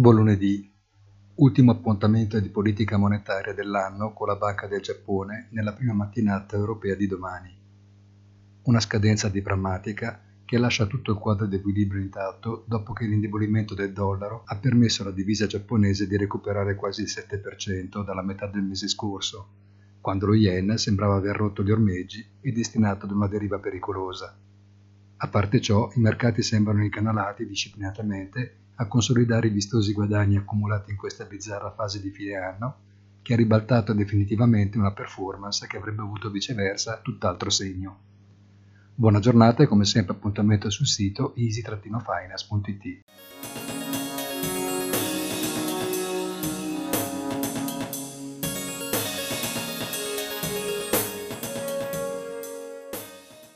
Buon lunedì, ultimo appuntamento di politica monetaria dell'anno con la Banca del Giappone nella prima mattinata europea di domani. Una scadenza diplomatica che lascia tutto il quadro di equilibrio intatto dopo che l'indebolimento del dollaro ha permesso alla divisa giapponese di recuperare quasi il 7% dalla metà del mese scorso, quando lo yen sembrava aver rotto gli ormeggi e destinato ad una deriva pericolosa. A parte ciò, i mercati sembrano incanalati disciplinatamente a consolidare i vistosi guadagni accumulati in questa bizzarra fase di fine anno, che ha ribaltato definitivamente una performance che avrebbe avuto viceversa tutt'altro segno. Buona giornata e come sempre appuntamento sul sito easy-finance.it.